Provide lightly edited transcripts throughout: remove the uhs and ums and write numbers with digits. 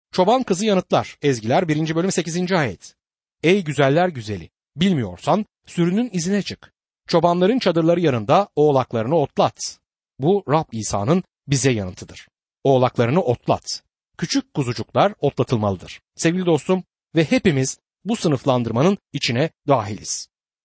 Çoban kızı yanıtlar. Ezgiler 1. bölüm 8. ayet. Ey güzeller güzeli, bilmiyorsan sürünün izine çık. Çobanların çadırları yanında oğlaklarını otlat. Bu Rab İsa'nın bize yanıtıdır. Oğlaklarını otlat. Küçük kuzucuklar otlatılmalıdır. Sevgili dostum, ve hepimiz bu sınıflandırmanın içine dahiliz.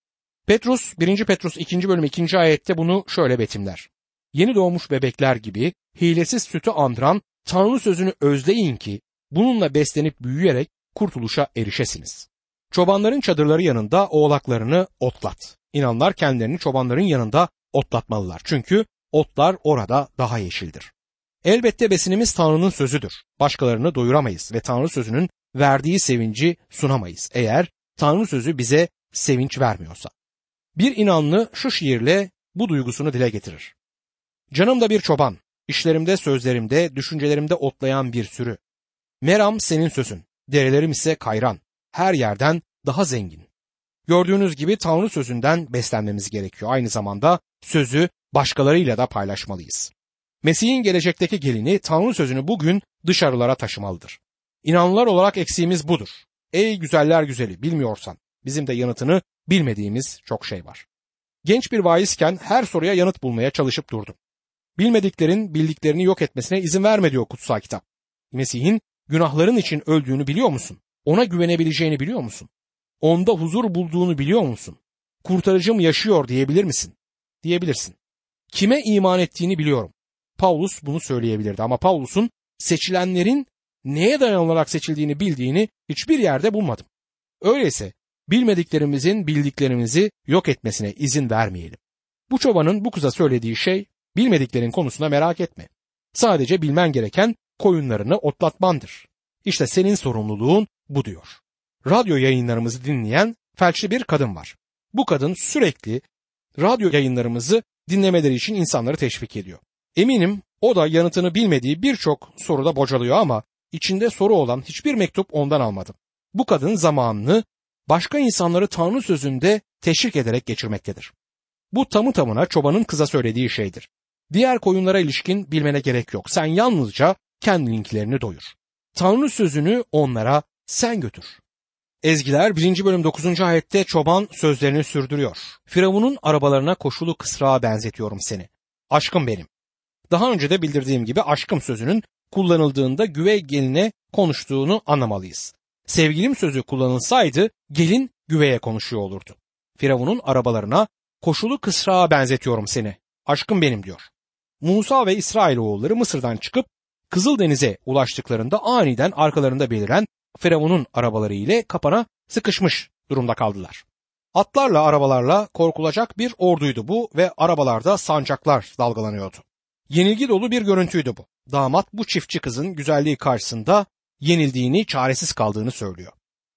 Petrus 1. Petrus 2. bölüm 2. ayette bunu şöyle betimler. Yeni doğmuş bebekler gibi hilesiz sütü andıran Tanrı sözünü özleyin ki bununla beslenip büyüyerek kurtuluşa erişesiniz. Çobanların çadırları yanında oğlaklarını otlat. İnanlar kendilerini çobanların yanında otlatmalılar. Çünkü otlar orada daha yeşildir. Elbette besinimiz Tanrı'nın sözüdür. Başkalarını doyuramayız ve Tanrı sözünün verdiği sevinci sunamayız eğer Tanrı sözü bize sevinç vermiyorsa. Bir inanlı şu şiirle bu duygusunu dile getirir. Canım da bir çoban, işlerimde, sözlerimde, düşüncelerimde otlayan bir sürü. Meram senin sözün, derelerim ise kayran, her yerden daha zengin. Gördüğünüz gibi Tanrı sözünden beslenmemiz gerekiyor. Aynı zamanda sözü başkalarıyla da paylaşmalıyız. Mesih'in gelecekteki gelini Tanrı sözünü bugün dışarılara taşımalıdır. İnanlılar olarak eksiğimiz budur. Ey güzeller güzeli, bilmiyorsan bizim de yanıtını bilmediğimiz çok şey var. Genç bir vaizken her soruya yanıt bulmaya çalışıp durdum. Bilmediklerin bildiklerini yok etmesine izin verme diyor kutsal kitap. Mesih'in günahların için öldüğünü biliyor musun? Ona güvenebileceğini biliyor musun? Onda huzur bulduğunu biliyor musun? Kurtarıcım yaşıyor diyebilir misin? Diyebilirsin. Kime iman ettiğini biliyorum. Paulus bunu söyleyebilirdi ama Paulus'un seçilenlerin neye dayanılarak seçildiğini bildiğini hiçbir yerde bulmadım. Öyleyse bilmediklerimizin bildiklerimizi yok etmesine izin vermeyelim. Bu çobanın bu kıza söylediği şey, bilmediklerin konusunda merak etme. Sadece bilmen gereken koyunlarını otlatmandır. İşte senin sorumluluğun bu diyor. Radyo yayınlarımızı dinleyen felçli bir kadın var. Bu kadın sürekli radyo yayınlarımızı dinlemeleri için insanları teşvik ediyor. Eminim o da yanıtını bilmediği birçok soruda bocalıyor ama içinde soru olan hiçbir mektup ondan almadım. Bu kadın zamanını başka insanları Tanrı sözünde teşvik ederek geçirmektedir. Bu tamı tamına çobanın kıza söylediği şeydir. Diğer koyunlara ilişkin bilmene gerek yok. Sen yalnızca kendininkilerini doyur. Tanrı sözünü onlara sen götür. Ezgiler 1. bölüm 9. ayette çoban sözlerini sürdürüyor. Firavun'un arabalarına koşulu kısrağa benzetiyorum seni. Aşkım benim. Daha önce de bildirdiğim gibi aşkım sözünün kullanıldığında güvey geline konuştuğunu anlamalıyız. Sevgilim sözü kullanılsaydı gelin güveye konuşuyor olurdu. Firavun'un arabalarına koşulu kısrağa benzetiyorum seni. Aşkım benim diyor. Musa ve İsrailoğulları Mısır'dan çıkıp Kızıldeniz'e ulaştıklarında aniden arkalarında beliren Firavun'un arabaları ile kapana sıkışmış durumda kaldılar. Atlarla arabalarla korkulacak bir orduydu bu ve arabalarda sancaklar dalgalanıyordu. Yenilgi dolu bir görüntüydü bu. Damat bu çiftçi kızın güzelliği karşısında yenildiğini, çaresiz kaldığını söylüyor.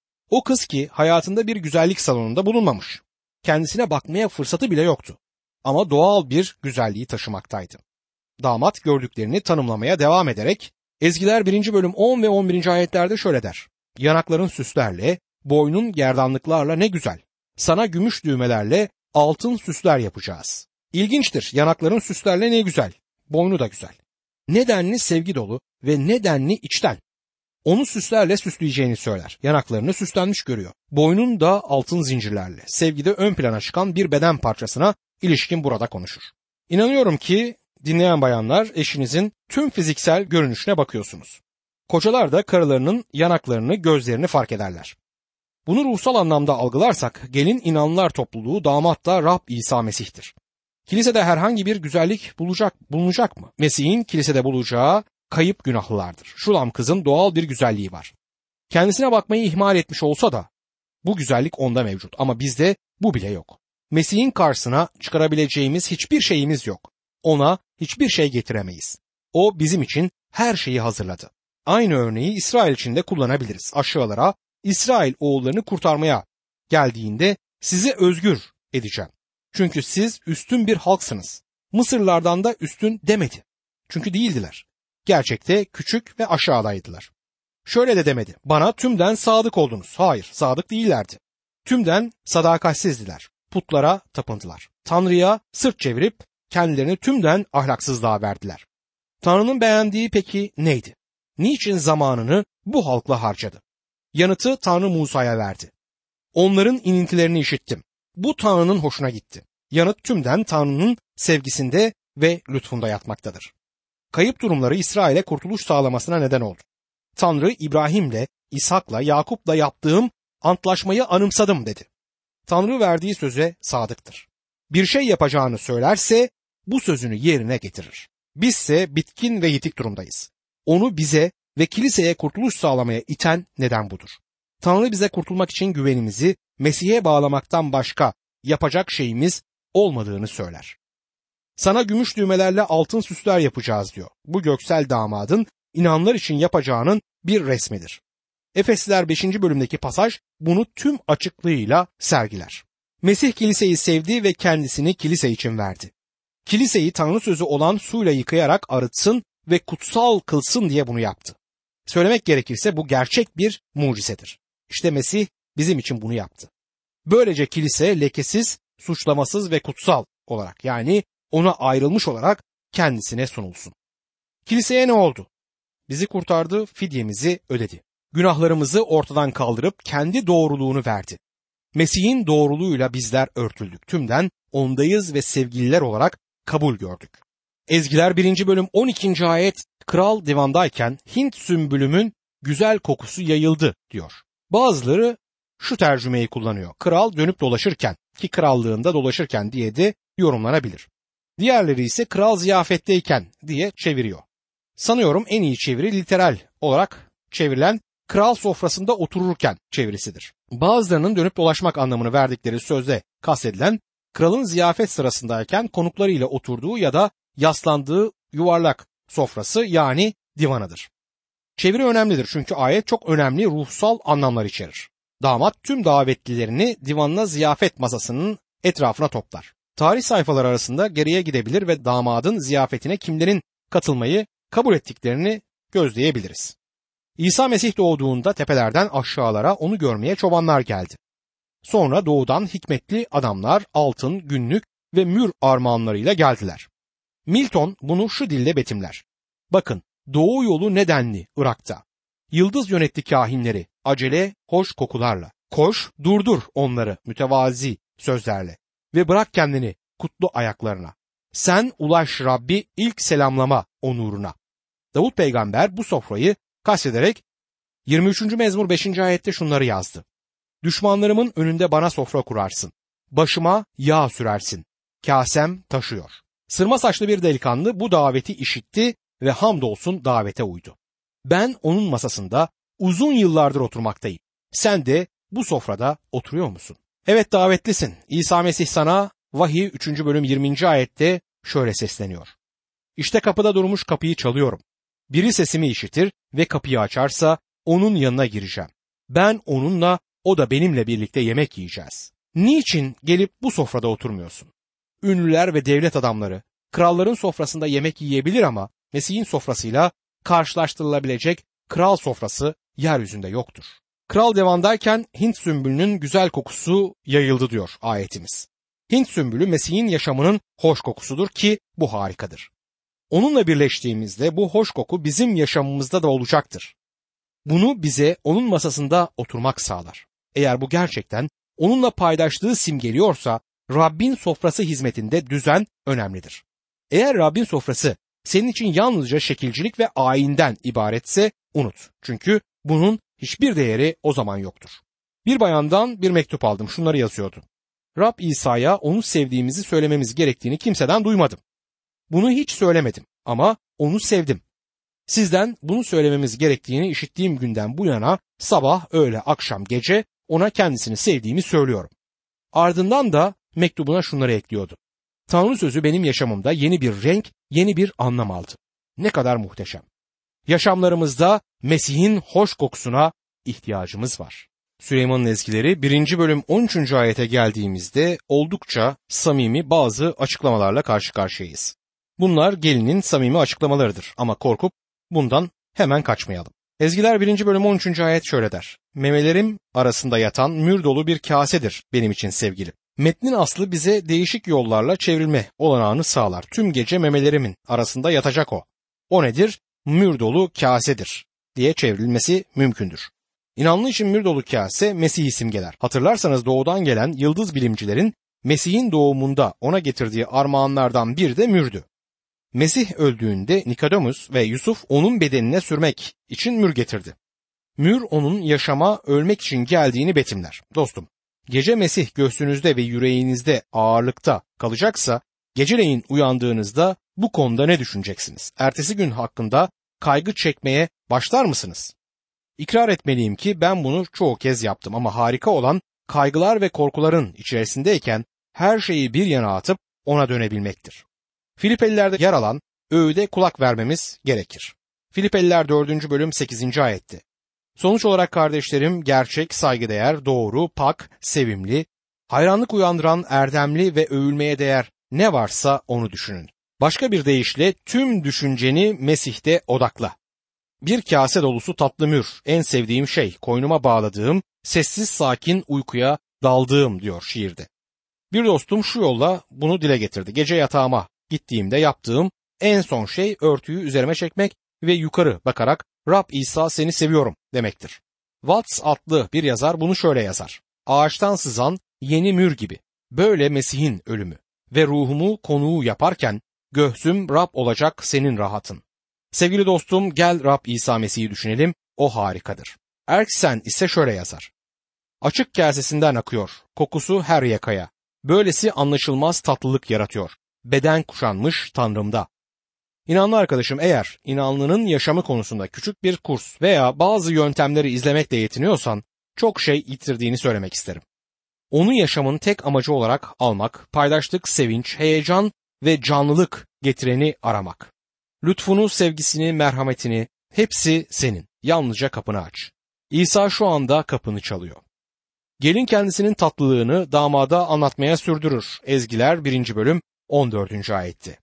O kız ki hayatında bir güzellik salonunda bulunmamış. Kendisine bakmaya fırsatı bile yoktu. Ama doğal bir güzelliği taşımaktaydı. Damat gördüklerini tanımlamaya devam ederek Ezgiler 1. bölüm 10 ve 11. ayetlerde şöyle der. Yanakların süslerle, boynun gerdanlıklarla ne güzel. Sana gümüş düğmelerle altın süsler yapacağız. İlginçtir, yanakların süslerle ne güzel, boynu da güzel. Nedenli sevgi dolu ve nedenli içten. Onu süslerle süsleyeceğini söyler. Yanaklarını süslenmiş görüyor. Boynun da altın zincirlerle. Sevgide ön plana çıkan bir beden parçasına ilişkin burada konuşur. İnanıyorum ki dinleyen bayanlar eşinizin tüm fiziksel görünüşüne bakıyorsunuz. Kocalar da karılarının yanaklarını, gözlerini fark ederler. Bunu ruhsal anlamda algılarsak gelin inanlılar topluluğu, damat da Rab İsa Mesih'tir. Kilisede herhangi bir güzellik bulunacak mı? Mesih'in kilisede bulacağı kayıp günahlılardır. Şulam kızın doğal bir güzelliği var. Kendisine bakmayı ihmal etmiş olsa da bu güzellik onda mevcut ama bizde bu bile yok. Mesih'in karşısına çıkarabileceğimiz hiçbir şeyimiz yok. Ona hiçbir şey getiremeyiz. O bizim için her şeyi hazırladı. Aynı örneği İsrail için de kullanabiliriz. Aşağılara İsrail oğullarını kurtarmaya geldiğinde sizi özgür edeceğim. Çünkü siz üstün bir halksınız. Mısırlardan da üstün demedi. Çünkü değildiler. Gerçekte küçük ve aşağıdaydılar. Şöyle de demedi. Bana tümden sadık oldunuz. Hayır, sadık değillerdi. Tümden sadakatsizdiler. Putlara tapındılar. Tanrı'ya sırt çevirip kendilerini tümden ahlaksızlığa verdiler. Tanrı'nın beğendiği peki neydi? niçin zamanını bu halkla harcadı? Yanıtı Tanrı Musa'ya verdi. Onların inintilerini işittim. Bu Tanrı'nın hoşuna gitti. Yanıt tümden Tanrı'nın sevgisinde ve lütfunda yatmaktadır. Kayıp durumları İsrail'e kurtuluş sağlamasına neden oldu. Tanrı İbrahim'le, İshak'la, Yakup'la yaptığım antlaşmayı anımsadım dedi. Tanrı verdiği söze sadıktır. Bir şey yapacağını söylerse bu sözünü yerine getirir. Bizse bitkin ve yitik durumdayız. Onu bize ve kiliseye kurtuluş sağlamaya iten neden budur. Tanrı bize kurtulmak için güvenimizi Mesih'e bağlamaktan başka yapacak şeyimiz olmadığını söyler. Sana gümüş düğmelerle altın süsler yapacağız diyor. Bu göksel damadın inananlar için yapacağının bir resmidir. Efesliler 5. bölümdeki pasaj bunu tüm açıklığıyla sergiler. Mesih kiliseyi sevdi ve kendisini kilise için verdi. Kiliseyi Tanrı sözü olan suyla yıkayarak arıtsın ve kutsal kılsın diye bunu yaptı. Söylemek gerekirse bu gerçek bir mucizedir. İşte Mesih bizim için bunu yaptı. Böylece kilise lekesiz, suçlamasız ve kutsal olarak, yani ona ayrılmış olarak kendisine sunulsun. Kiliseye ne oldu? Bizi kurtardı, fidyemizi ödedi. Günahlarımızı ortadan kaldırıp kendi doğruluğunu verdi. Mesih'in doğruluğuyla bizler örtüldük. Tümden ondayız ve sevgililer olarak kabul gördük. Ezgiler 1. bölüm 12. ayet, kral divandayken Hint sümbülümün güzel kokusu yayıldı diyor. Bazıları şu tercümeyi kullanıyor. Kral dönüp dolaşırken, ki krallığında dolaşırken diye de yorumlanabilir. Diğerleri ise kral ziyafetteyken diye çeviriyor. Sanıyorum en iyi çeviri literal olarak çevrilen kral sofrasında otururken çevirisidir. Bazılarının dönüp dolaşmak anlamını verdikleri sözde kastedilen kralın ziyafet sırasındayken konuklarıyla oturduğu ya da yaslandığı yuvarlak sofrası, yani divanıdır. Çeviri önemlidir çünkü ayet çok önemli ruhsal anlamlar içerir. Damat tüm davetlilerini divanla ziyafet masasının etrafına toplar. Tarih sayfaları arasında geriye gidebilir ve damadın ziyafetine kimlerin katılmayı kabul ettiklerini gözleyebiliriz. İsa Mesih doğduğunda tepelerden aşağılara onu görmeye çobanlar geldi. Sonra doğudan hikmetli adamlar altın, günlük ve mür armağanlarıyla geldiler. Milton bunu şu dille betimler. Bakın, doğu yolu nedenli Irak'ta. Yıldız yönetti kahinleri acele hoş kokularla. Koş, durdur onları mütevazi sözlerle ve bırak kendini kutlu ayaklarına. Sen ulaş Rabbi ilk selamlama onuruna. Davut peygamber bu sofrayı kastederek 23. mezmur 5. ayette şunları yazdı. Düşmanlarımın önünde bana sofra kurarsın. Başıma yağ sürersin. Kasem taşıyor. Sırma saçlı bir delikanlı bu daveti işitti ve hamdolsun davete uydu. Ben onun masasında uzun yıllardır oturmaktayım. Sen de bu sofrada oturuyor musun? Evet, davetlisin. İsa Mesih sana Vahiy 3. bölüm 20. ayette şöyle sesleniyor. İşte kapıda durmuş, kapıyı çalıyorum. Biri sesimi işitir ve kapıyı açarsa onun yanına gireceğim. Ben onunla, o da benimle birlikte yemek yiyeceğiz. Niçin gelip bu sofrada oturmuyorsun? Ünlüler ve devlet adamları kralların sofrasında yemek yiyebilir ama Mesih'in sofrasıyla karşılaştırılabilecek kral sofrası yeryüzünde yoktur. Kral divandayken Hint sümbülünün güzel kokusu yayıldı diyor ayetimiz. Hint sümbülü Mesih'in yaşamının hoş kokusudur ki bu harikadır. Onunla birleştiğimizde bu hoş koku bizim yaşamımızda da olacaktır. Bunu bize onun masasında oturmak sağlar. Eğer bu gerçekten onunla paydaşlığı simgeliyorsa Rabbin sofrası hizmetinde düzen önemlidir. Eğer Rabbin sofrası senin için yalnızca şekilcilik ve ayinden ibaretse unut. Çünkü bunun hiçbir değeri o zaman yoktur. Bir bayandan bir mektup aldım. Şunları yazıyordu. Rab İsa'ya onu sevdiğimizi söylememiz gerektiğini kimseden duymadım. Bunu hiç söylemedim ama onu sevdim. Sizden bunu söylememiz gerektiğini işittiğim günden bu yana sabah, öğle, akşam, gece ona kendisini sevdiğimi söylüyorum. Ardından da mektubuna şunları ekliyordu. Tanrı sözü benim yaşamımda yeni bir renk, yeni bir anlam aldı. Ne kadar muhteşem. Yaşamlarımızda Mesih'in hoş kokusuna ihtiyacımız var. Süleyman'ın ezgileri 1. bölüm 13. ayete geldiğimizde oldukça samimi bazı açıklamalarla karşı karşıyayız. Bunlar gelinin samimi açıklamalarıdır ama korkup bundan hemen kaçmayalım. Ezgiler 1. bölüm 13. ayet şöyle der. Memelerim arasında yatan mür dolu bir kasedir benim için sevgili. Metnin aslı bize değişik yollarla çevrilme olanağını sağlar. Tüm gece memelerimin arasında yatacak o. O nedir? Mür dolu kasedir. diye çevrilmesi mümkündür. İnanlı için mür dolu kase Mesih'i simgeler. Hatırlarsanız doğudan gelen yıldız bilimcilerin Mesih'in doğumunda ona getirdiği armağanlardan biri de mürdü. Mesih öldüğünde Nikodemus ve Yusuf onun bedenine sürmek için mür getirdi. Mür onun yaşama, ölmek için geldiğini betimler. Dostum, gece Mesih göğsünüzde ve yüreğinizde ağırlıkta kalacaksa, geceleyin uyandığınızda bu konuda ne düşüneceksiniz? Ertesi gün hakkında kaygı çekmeye başlar mısınız? İkrar etmeliyim ki ben bunu çoğu kez yaptım ama harika olan kaygılar ve korkuların içerisindeyken her şeyi bir yana atıp ona dönebilmektir. Filipeliler'de yer alan öğüde kulak vermemiz gerekir. Filipeliler 4. bölüm 8. ayetti. Sonuç olarak kardeşlerim, gerçek, saygıdeğer, doğru, pak, sevimli, hayranlık uyandıran, erdemli ve övülmeye değer ne varsa onu düşünün. Başka bir deyişle tüm düşünceni Mesih'te odakla. Bir kase dolusu tatlı mür, en sevdiğim şey, koynuma bağladığım, sessiz sakin uykuya daldığım diyor şiirde. Bir dostum şu yolla bunu dile getirdi. Gece yatağıma gittiğimde yaptığım en son şey örtüyü üzerime çekmek ve yukarı bakarak Rab İsa seni seviyorum demektir. Watts adlı bir yazar bunu şöyle yazar. Ağaçtan sızan yeni mür gibi. Böyle Mesih'in ölümü ve ruhumu konuğu yaparken göğsüm Rab olacak senin rahatın. Sevgili dostum, gel Rab İsa Mesih'i düşünelim, o harikadır. Erksen ise şöyle yazar. Açık kasesinden akıyor, kokusu her yakaya. Böylesi anlaşılmaz tatlılık yaratıyor. Beden kuşanmış Tanrım'da. İnanlı arkadaşım, eğer inanlının yaşamı konusunda küçük bir kurs veya bazı yöntemleri izlemekle yetiniyorsan çok şey yitirdiğini söylemek isterim. Onu yaşamın tek amacı olarak almak, paydaşlık, sevinç, heyecan ve canlılık getireni aramak. Lütfunu, sevgisini, merhametini hepsi senin. Yalnızca kapını aç. İsa şu anda kapını çalıyor. Gelin kendisinin tatlılığını damada anlatmaya sürdürür. Ezgiler 1. bölüm 14. ayetti.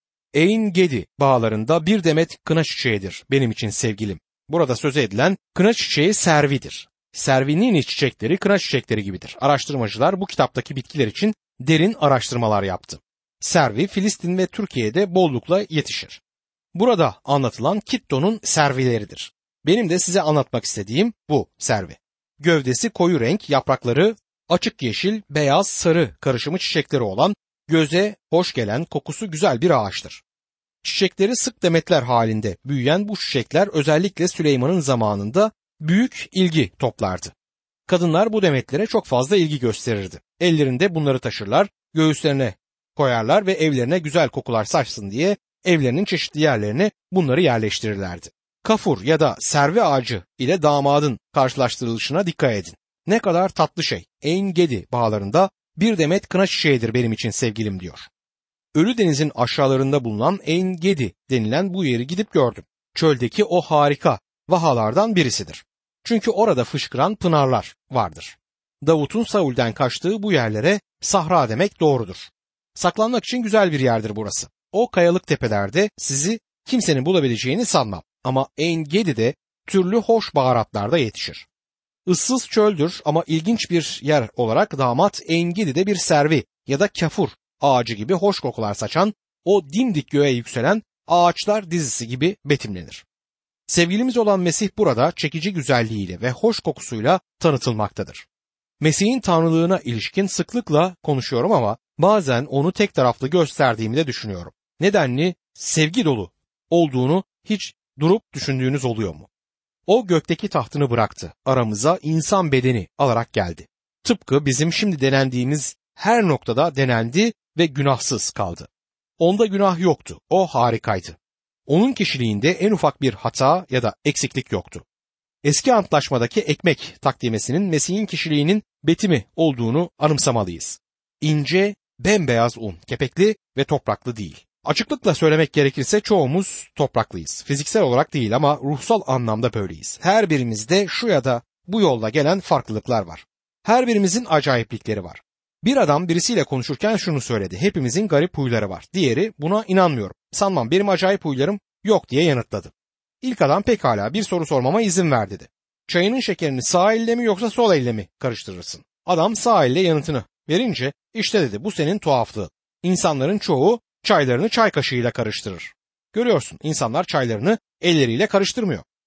En Gedi bağlarında bir demet kına çiçeğidir benim için sevgilim. Burada söz edilen kına çiçeği servidir. Servinin çiçekleri kına çiçekleri gibidir. Araştırmacılar bu kitaptaki bitkiler için derin araştırmalar yaptı. Servi Filistin ve Türkiye'de bollukla yetişir. Burada anlatılan Kitto'nun servileridir. Benim de size anlatmak istediğim bu servi. Gövdesi koyu renk, yaprakları açık yeşil, beyaz, sarı karışımı çiçekleri olan, göze hoş gelen, kokusu güzel bir ağaçtır. Çiçekleri sık demetler halinde büyüyen bu çiçekler özellikle Süleyman'ın zamanında büyük ilgi toplardı. Kadınlar bu demetlere çok fazla ilgi gösterirdi. Ellerinde bunları taşırlar, göğüslerine koyarlar ve evlerine güzel kokular saçsın diye evlerinin çeşitli yerlerine bunları yerleştirirlerdi. Kafur ya da servi ağacı ile damadın karşılaştırılışına dikkat edin. Ne kadar tatlı şey. En Gedi bağlarında bir demet kına çiçeğidir benim için sevgilim diyor. Ölü denizin aşağılarında bulunan En Gedi denilen bu yeri gidip gördüm. Çöldeki o harika vahalardan birisidir. Çünkü orada fışkıran pınarlar vardır. Davut'un Saul'den kaçtığı bu yerlere Sahra demek doğrudur. Saklanmak için güzel bir yerdir burası. O kayalık tepelerde sizi kimsenin bulabileceğini sanmam. Ama En Gedi'de türlü hoş baharatlarda yetişir. Issız çöldür ama ilginç bir yer olarak damat En Gedi'de bir servi ya da kafur ağacı gibi hoş kokular saçan, o dimdik göğe yükselen ağaçlar dizisi gibi betimlenir. Sevgilimiz olan Mesih burada çekici güzelliğiyle ve hoş kokusuyla tanıtılmaktadır. Mesih'in tanrılığına ilişkin sıklıkla konuşuyorum ama bazen onu tek taraflı gösterdiğimi de düşünüyorum. Nedenli sevgi dolu olduğunu hiç durup düşündüğünüz oluyor mu? O gökteki tahtını bıraktı, aramıza insan bedeni alarak geldi. Tıpkı bizim şimdi denendiğimiz her noktada denendi ve günahsız kaldı. Onda günah yoktu, o harikaydı. Onun kişiliğinde en ufak bir hata ya da eksiklik yoktu. Eski antlaşmadaki ekmek takdimesinin Mesih'in kişiliğinin betimi olduğunu anımsamalıyız. İnce, bembeyaz un, kepekli ve topraklı değil. Açıklıkla söylemek gerekirse çoğumuz topraklıyız. Fiziksel olarak değil ama ruhsal anlamda böyleyiz. Her birimizde şu ya da bu yolla gelen farklılıklar var. Her birimizin acayiplikleri var. Bir adam birisiyle konuşurken şunu söyledi. Hepimizin garip huyları var. Diğeri buna inanmıyorum. Sanmam, benim acayip huylarım yok diye yanıtladı. İlk adam pekala bir soru sormama izin ver dedi. Çayının şekerini sağ elle mi yoksa sol elle mi karıştırırsın? Adam sağ elle yanıtını verince işte dedi, bu senin tuhaflığın. İnsanların çoğu çaylarını çay kaşığıyla karıştırır. Görüyorsun, insanlar çaylarını elleriyle karıştırmıyor.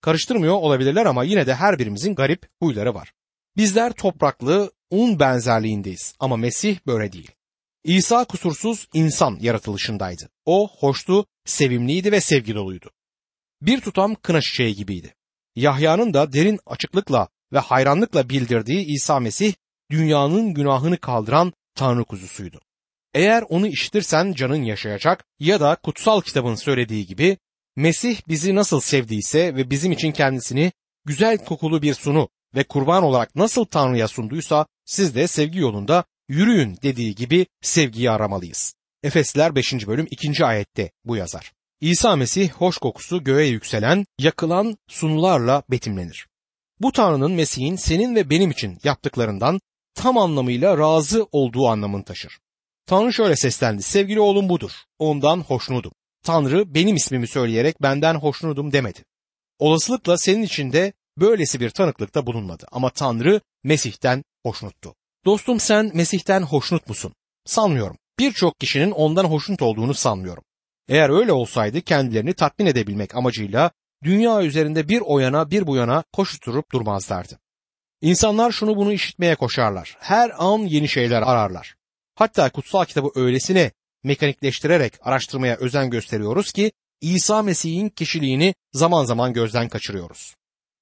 Karıştırmıyor olabilirler ama yine de her birimizin garip huyları var. Bizler topraklı un benzerliğindeyiz ama Mesih böyle değil. İsa kusursuz insan yaratılışındaydı. O hoştu, sevimliydi ve sevgi doluydu. Bir tutam kına çiçeği gibiydi. Yahya'nın da derin açıklıkla ve hayranlıkla bildirdiği İsa Mesih dünyanın günahını kaldıran Tanrı kuzusuydu. Eğer onu işitirsen canın yaşayacak ya da kutsal kitabın söylediği gibi Mesih bizi nasıl sevdiyse ve bizim için kendisini güzel kokulu bir sunu ve kurban olarak nasıl Tanrı'ya sunduysa siz de sevgi yolunda yürüyün dediği gibi sevgiyi aramalıyız. Efesliler 5. bölüm 2. ayette bu yazar. İsa Mesih hoş kokusu göğe yükselen, yakılan sunularla betimlenir. Bu Tanrı'nın Mesih'in senin ve benim için yaptıklarından tam anlamıyla razı olduğu anlamını taşır. Tanrı şöyle seslendi, sevgili oğlum budur, ondan hoşnudum. Tanrı benim ismimi söyleyerek benden hoşnudum demedi. Olasılıkla senin için de böylesi bir tanıklıkta bulunmadı ama Tanrı Mesih'ten hoşnuttu. Dostum sen Mesih'ten hoşnut musun? Sanmıyorum. Birçok kişinin ondan hoşnut olduğunu sanmıyorum. Eğer öyle olsaydı kendilerini tatmin edebilmek amacıyla dünya üzerinde bir o yana bir bu yana koşturup durmazlardı. İnsanlar şunu bunu işitmeye koşarlar. Her an yeni şeyler ararlar. Hatta kutsal kitabı öylesine mekanikleştirerek araştırmaya özen gösteriyoruz ki İsa Mesih'in kişiliğini zaman zaman gözden kaçırıyoruz.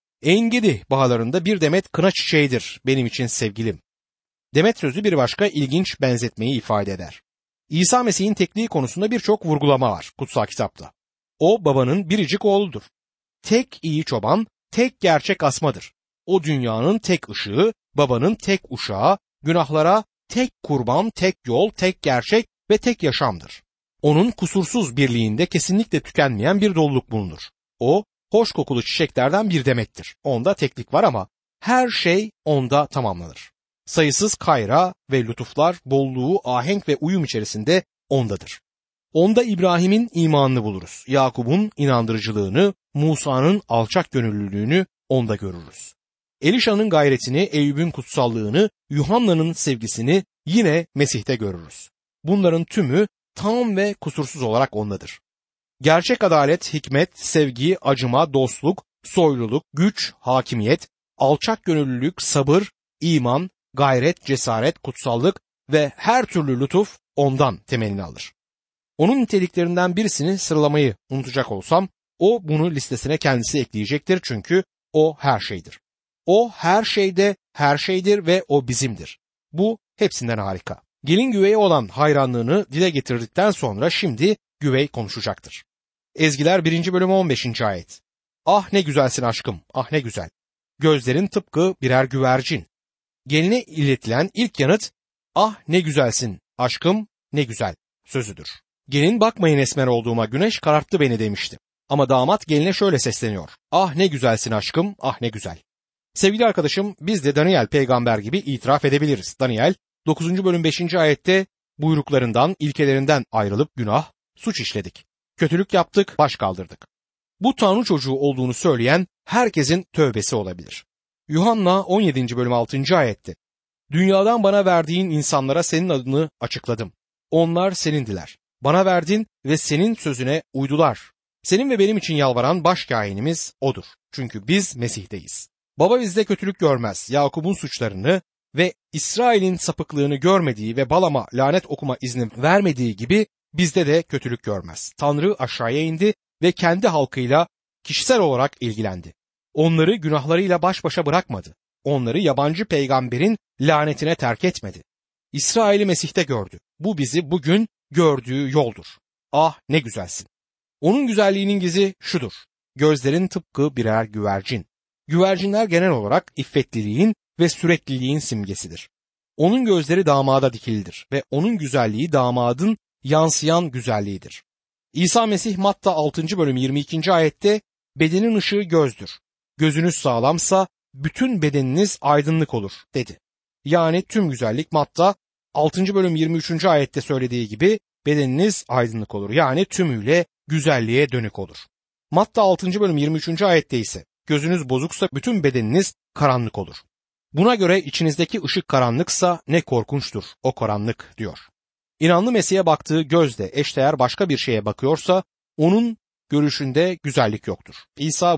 Engedi bağlarında bir demet kına çiçeğidir benim için sevgilim. Demet sözü bir başka ilginç benzetmeyi ifade eder. İsa Mesih'in tekliği konusunda birçok vurgulama var kutsal kitapta. O babanın biricik oğludur. Tek iyi çoban, tek gerçek asmadır. O dünyanın tek ışığı, babanın tek uşağı, günahlara tek kurban, tek yol, tek gerçek ve tek yaşamdır. Onun kusursuz birliğinde kesinlikle tükenmeyen bir doluluk bulunur. O, hoş kokulu çiçeklerden bir demettir. Onda teklik var ama her şey onda tamamlanır. Sayısız kayra ve lütuflar, bolluğu, ahenk ve uyum içerisinde ondadır. Onda İbrahim'in imanını buluruz. Yakup'un inandırıcılığını, Musa'nın alçak gönüllülüğünü onda görürüz. Elişa'nın gayretini, Eyüp'ün kutsallığını, Yuhanna'nın sevgisini yine Mesih'te görürüz. Bunların tümü tam ve kusursuz olarak ondadır. Gerçek adalet, hikmet, sevgi, acıma, dostluk, soyluluk, güç, hakimiyet, alçak gönüllülük, sabır, iman, gayret, cesaret, kutsallık ve her türlü lütuf ondan temelini alır. Onun niteliklerinden birisini sıralamayı unutacak olsam, o bunu listesine kendisi ekleyecektir çünkü o her şeydir. O her şeyde her şeydir ve o bizimdir. Bu hepsinden harika. Gelin güveye olan hayranlığını dile getirdikten sonra şimdi güvey konuşacaktır. Ezgiler 1. bölüm 15. ayet. Ah ne güzelsin aşkım, ah ne güzel. Gözlerin tıpkı birer güvercin. Geline iletilen ilk yanıt, ah ne güzelsin aşkım, ne güzel sözüdür. Gelin bakmayın esmer olduğuma, güneş kararttı beni demişti. Ama damat geline şöyle sesleniyor. Ah ne güzelsin aşkım, ah ne güzel. Sevgili arkadaşım, biz de Daniel peygamber gibi itiraf edebiliriz. Daniel 9. bölüm 5. ayette buyruklarından, ilkelerinden ayrılıp günah, suç işledik. Kötülük yaptık, baş kaldırdık. Bu Tanrı çocuğu olduğunu söyleyen herkesin tövbesi olabilir. Yuhanna 17. bölüm 6. ayette dünyadan bana verdiğin insanlara senin adını açıkladım. Onlar senindiler. Bana verdin ve senin sözüne uydular. Senin ve benim için yalvaran baş kâhinimiz odur. Çünkü biz Mesih'teyiz. Baba bizde kötülük görmez. Yakup'un suçlarını ve İsrail'in sapıklığını görmediği ve Balam'a lanet okuma izni vermediği gibi bizde de kötülük görmez. Tanrı aşağıya indi ve kendi halkıyla kişisel olarak ilgilendi. Onları günahlarıyla baş başa bırakmadı. Onları yabancı peygamberin lanetine terk etmedi. İsrail'i Mesih'te gördü. Bu bizi bugün gördüğü yoldur. Ah ne güzelsin. Onun güzelliğinin gizi şudur. Gözlerin tıpkı birer güvercin. Güvercinler genel olarak iffetliliğin ve sürekliliğin simgesidir. Onun gözleri damada dikilidir ve onun güzelliği damadın yansıyan güzelliğidir. İsa Mesih Matta 6. bölüm 22. ayette bedenin ışığı gözdür. Gözünüz sağlamsa bütün bedeniniz aydınlık olur dedi. Yani tüm güzellik Matta 6. bölüm 23. ayette söylediği gibi bedeniniz aydınlık olur. Yani tümüyle güzelliğe dönük olur. Matta 6. bölüm 23. ayette ise gözünüz bozuksa bütün bedeniniz karanlık olur. Buna göre içinizdeki ışık karanlıksa ne korkunçtur o karanlık diyor. İnanlı Mesih'e baktığı gözle eşdeğer başka bir şeye bakıyorsa onun görüşünde güzellik yoktur. İsa bunu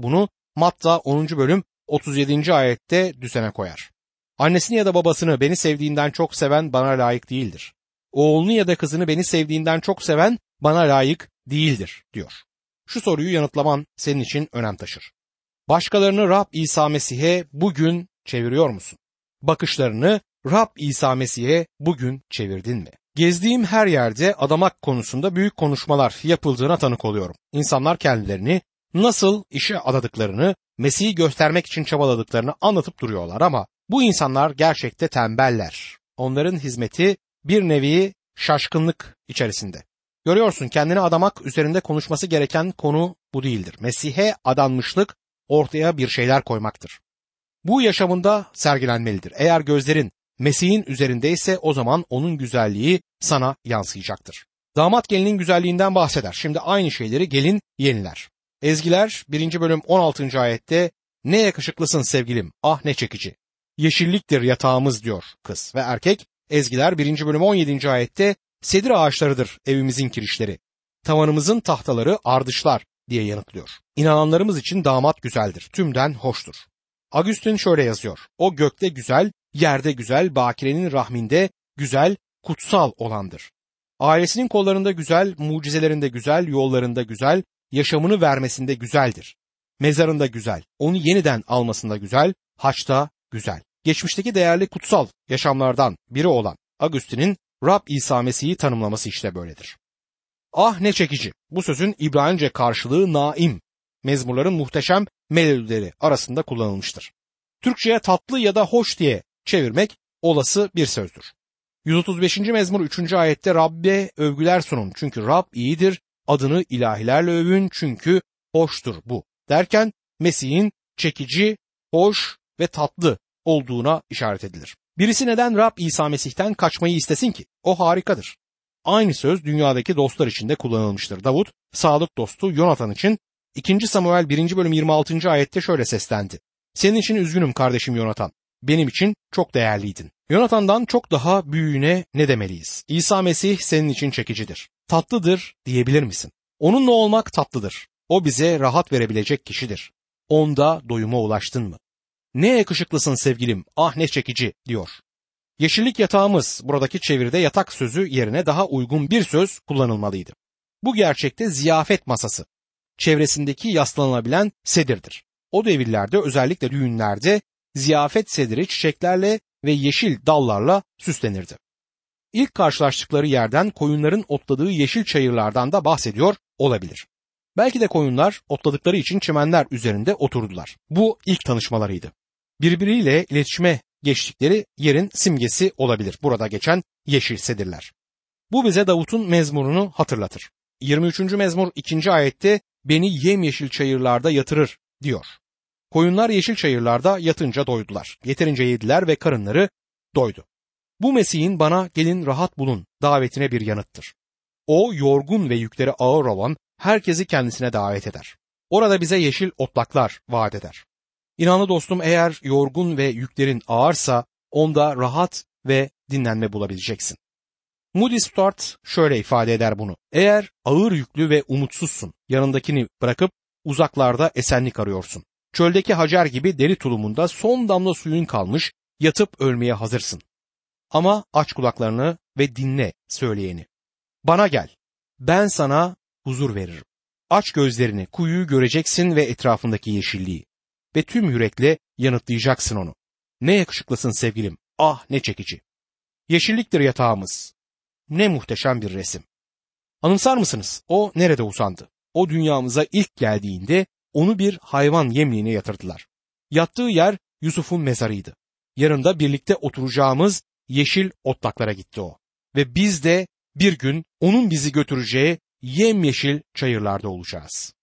Matta 10. bölüm 37. ayette düzene koyar. Annesini ya da babasını beni sevdiğinden çok seven bana layık değildir. Oğlunu ya da kızını beni sevdiğinden çok seven bana layık değildir diyor. Şu soruyu yanıtlaman senin için önem taşır. Başkalarını Rab İsa Mesih'e bugün çeviriyor musun? Bakışlarını Rab İsa Mesih'e bugün çevirdin mi? Gezdiğim her yerde adamak konusunda büyük konuşmalar yapıldığına tanık oluyorum. İnsanlar kendilerini nasıl işe adadıklarını, Mesih'i göstermek için çabaladıklarını anlatıp duruyorlar ama bu insanlar gerçekte tembeller. Onların hizmeti bir nevi şaşkınlık içerisinde. Görüyorsun, kendini adamak üzerinde konuşması gereken konu bu değildir. Mesih'e adanmışlık ortaya bir şeyler koymaktır. Bu yaşamında sergilenmelidir. Eğer gözlerin Mesih'in üzerindeyse o zaman onun güzelliği sana yansıyacaktır. Damat gelinin güzelliğinden bahseder. Şimdi aynı şeyleri gelin yeniler. Ezgiler 1. bölüm 16. ayette ne yakışıklısın sevgilim, ah ne çekici. Yeşilliktir yatağımız diyor kız ve erkek. Ezgiler 1. bölüm 17. ayette sedir ağaçlarıdır evimizin kirişleri. Tavanımızın tahtaları ardışlar diye yanıtlıyor. İnananlarımız için damat güzeldir, tümden hoştur. Agustin şöyle yazıyor. O gökte güzel, yerde güzel, bakirenin rahminde güzel, kutsal olandır. Ailesinin kollarında güzel, mucizelerinde güzel, yollarında güzel, yaşamını vermesinde güzeldir. Mezarında güzel, onu yeniden almasında güzel, haçta güzel. Geçmişteki değerli kutsal yaşamlardan biri olan Agustin'in Rab İsa Mesih'i tanımlaması işte böyledir. Ah ne çekici. Bu sözün İbranice karşılığı naim. Mezmurların muhteşem melodileri arasında kullanılmıştır. Türkçe'ye tatlı ya da hoş diye çevirmek olası bir sözdür. 135. mezmur 3. ayette Rabbe övgüler sunun çünkü Rab iyidir, adını ilahilerle övün çünkü hoştur bu derken Mesih'in çekici, hoş ve tatlı olduğuna işaret edilir. Birisi neden Rab İsa Mesih'ten kaçmayı istesin ki? O harikadır. Aynı söz dünyadaki dostlar için de kullanılmıştır. Davut, sadık dostu Yonatan için 2. Samuel 1. bölüm 26. ayette şöyle seslendi. Senin için üzgünüm kardeşim Yonatan. Benim için çok değerliydin. Yonatan'dan çok daha büyüğüne ne demeliyiz? İsa Mesih senin için çekicidir. Tatlıdır diyebilir misin? Onunla olmak tatlıdır. O bize rahat verebilecek kişidir. Onda doyuma ulaştın mı? Ne yakışıklısın sevgilim, ah ne çekici diyor. Yeşillik yatağımız buradaki çeviride yatak sözü yerine daha uygun bir söz kullanılmalıydı. Bu gerçekte ziyafet masası. Çevresindeki yaslanılabilen sedirdir. O devirlerde özellikle düğünlerde ziyafet sediri çiçeklerle ve yeşil dallarla süslenirdi. İlk karşılaştıkları yerden koyunların otladığı yeşil çayırlardan da bahsediyor olabilir. Belki de koyunlar otladıkları için çimenler üzerinde oturdular. Bu ilk tanışmalarıydı. Birbiriyle iletişime geçtikleri yerin simgesi olabilir burada geçen yeşil sedirler. Bu bize Davut'un mezmurunu hatırlatır. 23. mezmur 2. ayette beni yemyeşil çayırlarda yatırır diyor. Koyunlar yeşil çayırlarda yatınca doydular. Yeterince yediler ve karınları doydu. Bu Mesih'in bana gelin rahat bulun davetine bir yanıttır. O yorgun ve yükleri ağır olan herkesi kendisine davet eder. Orada bize yeşil otlaklar vaat eder. İnanlı dostum, eğer yorgun ve yüklerin ağırsa onda rahat ve dinlenme bulabileceksin. Moody Stuart şöyle ifade eder bunu. Eğer ağır yüklü ve umutsuzsun, yanındakini bırakıp uzaklarda esenlik arıyorsun. Çöldeki Hacer gibi deri tulumunda son damla suyun kalmış, yatıp ölmeye hazırsın. Ama aç kulaklarını ve dinle söyleyeni. Bana gel, ben sana huzur veririm. Aç gözlerini, kuyuyu göreceksin ve etrafındaki yeşilliği. Ve tüm yürekle yanıtlayacaksın onu. Ne yakışıklısın sevgilim, ah ne çekici. Yeşilliktir yatağımız. Ne muhteşem bir resim. Anımsar mısınız? O nerede uzandı? O dünyamıza ilk geldiğinde onu bir hayvan yemliğine yatırdılar. Yattığı yer Yusuf'un mezarıydı. Yanında birlikte oturacağımız yeşil otlaklara gitti o. Ve biz de bir gün onun bizi götüreceği yemyeşil çayırlarda olacağız.